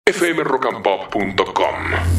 fmrockandpop.com.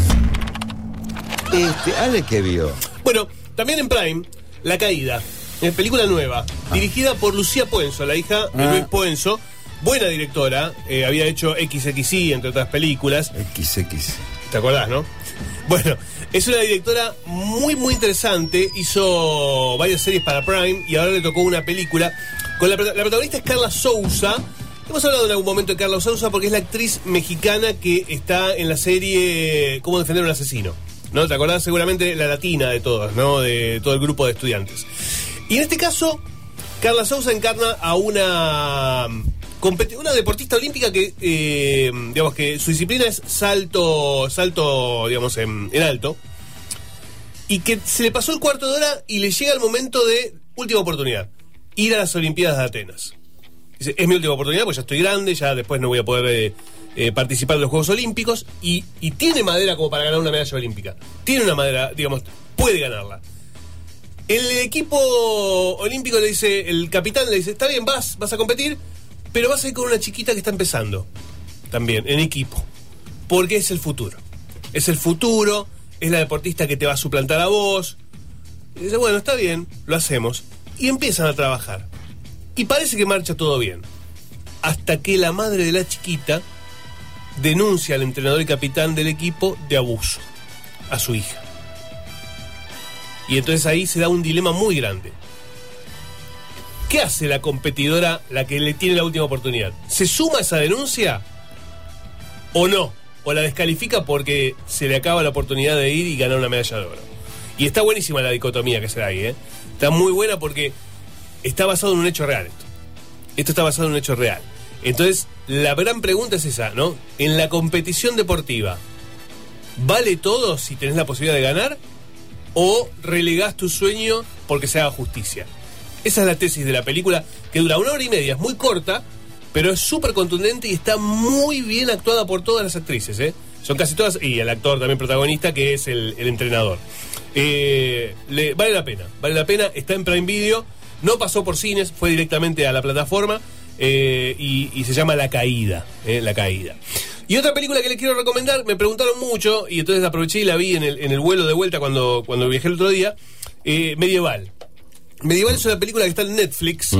Ale, ¿qué vio? Bueno, también en Prime, La Caída, película nueva, dirigida por Lucía Puenzo, la hija de Luis Puenzo, buena directora, había hecho XXI, entre otras películas. XX. ¿Te acordás, no? Bueno, es una directora muy, muy interesante, hizo varias series para Prime y ahora le tocó una película. La protagonista es Carla Souza. Hemos hablado en algún momento de Carla Souza porque es la actriz mexicana que está en la serie Cómo defender a un asesino, ¿no? ¿Te acordás? Seguramente la latina de todas, ¿no? De todo el grupo de estudiantes. Y en este caso, Carla Souza encarna a una deportista olímpica que, digamos que su disciplina es salto, digamos, en alto. Y que se le pasó el cuarto de hora y le llega el momento de última oportunidad. Ir a las Olimpiadas de Atenas. Dice, es mi última oportunidad porque ya estoy grande, ya después no voy a poder participar de los Juegos Olímpicos y tiene madera como para ganar una medalla olímpica. Tiene una madera, digamos, puede ganarla. El equipo olímpico le dice, el capitán le dice, está bien, vas a competir, pero vas a ir con una chiquita que está empezando también, en equipo. Porque es el futuro. Es el futuro, es la deportista que te va a suplantar a vos. Y dice, bueno, está bien, lo hacemos. Y empiezan a trabajar. Y parece que marcha todo bien. Hasta que la madre de la chiquita denuncia al entrenador y capitán del equipo de abuso a su hija. Y entonces ahí se da un dilema muy grande. ¿Qué hace la competidora, la que le tiene la última oportunidad? ¿Se suma a esa denuncia o no? ¿O la descalifica porque se le acaba la oportunidad de ir y ganar una medalla de oro? Y está buenísima la dicotomía que se da ahí, ¿eh? Está muy buena porque está basado en un hecho real esto. Esto está basado en un hecho real. Entonces, la gran pregunta es esa, ¿no? En la competición deportiva, ¿vale todo si tenés la posibilidad de ganar? ¿O relegás tu sueño porque se haga justicia? Esa es la tesis de la película, que dura 1 hora y media, es muy corta, pero es súper contundente y está muy bien actuada por todas las actrices, ¿eh? Son casi todas, y el actor también protagonista, que es el entrenador. Vale la pena, está en Prime Video, no pasó por cines, fue directamente a la plataforma, y se llama La Caída, La Caída. Y otra película que les quiero recomendar, me preguntaron mucho, y entonces aproveché y la vi en el vuelo de vuelta cuando viajé el otro día, Medieval. Medieval es una película que está en Netflix,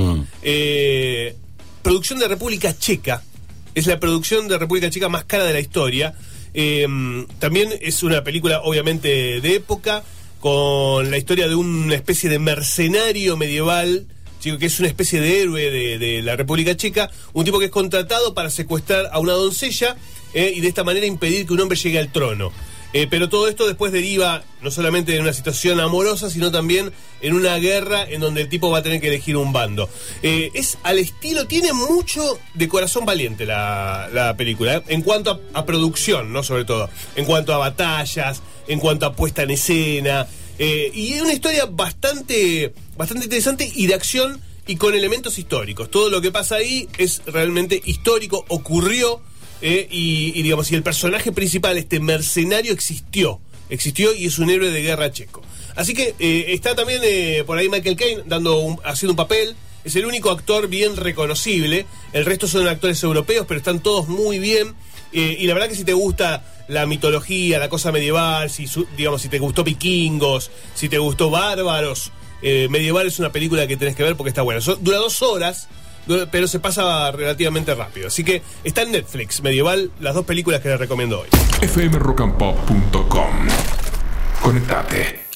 producción de República Checa, es la producción de República Checa más cara de la historia. También es una película obviamente de época, con la historia de una especie de mercenario medieval, chico, que es una especie de héroe de la República Checa, un tipo que es contratado para secuestrar a una doncella y de esta manera impedir que un hombre llegue al trono. Pero todo esto después deriva no solamente en una situación amorosa, sino también en una guerra en donde el tipo va a tener que elegir un bando. Es al estilo, tiene mucho de Corazón Valiente la película, en cuanto a producción, ¿no? Sobre todo, en cuanto a batallas, en cuanto a puesta en escena, y es una historia bastante interesante y de acción y con elementos históricos. Todo lo que pasa ahí es realmente histórico, ocurrió. Y digamos, y el personaje principal, este mercenario, existió y es un héroe de guerra checo. Así que está también por ahí Michael Caine haciendo un papel. Es el único actor bien reconocible. El resto son actores europeos, pero están todos muy bien. Y la verdad que si te gusta la mitología, la cosa medieval, si te gustó Vikingos, si te gustó Bárbaros, Medieval es una película que tenés que ver porque está buena. Dura 2 horas, pero se pasa relativamente rápido. Así que está en Netflix, Medieval, las 2 películas que les recomiendo hoy. fmrockandpop.com. Conectate.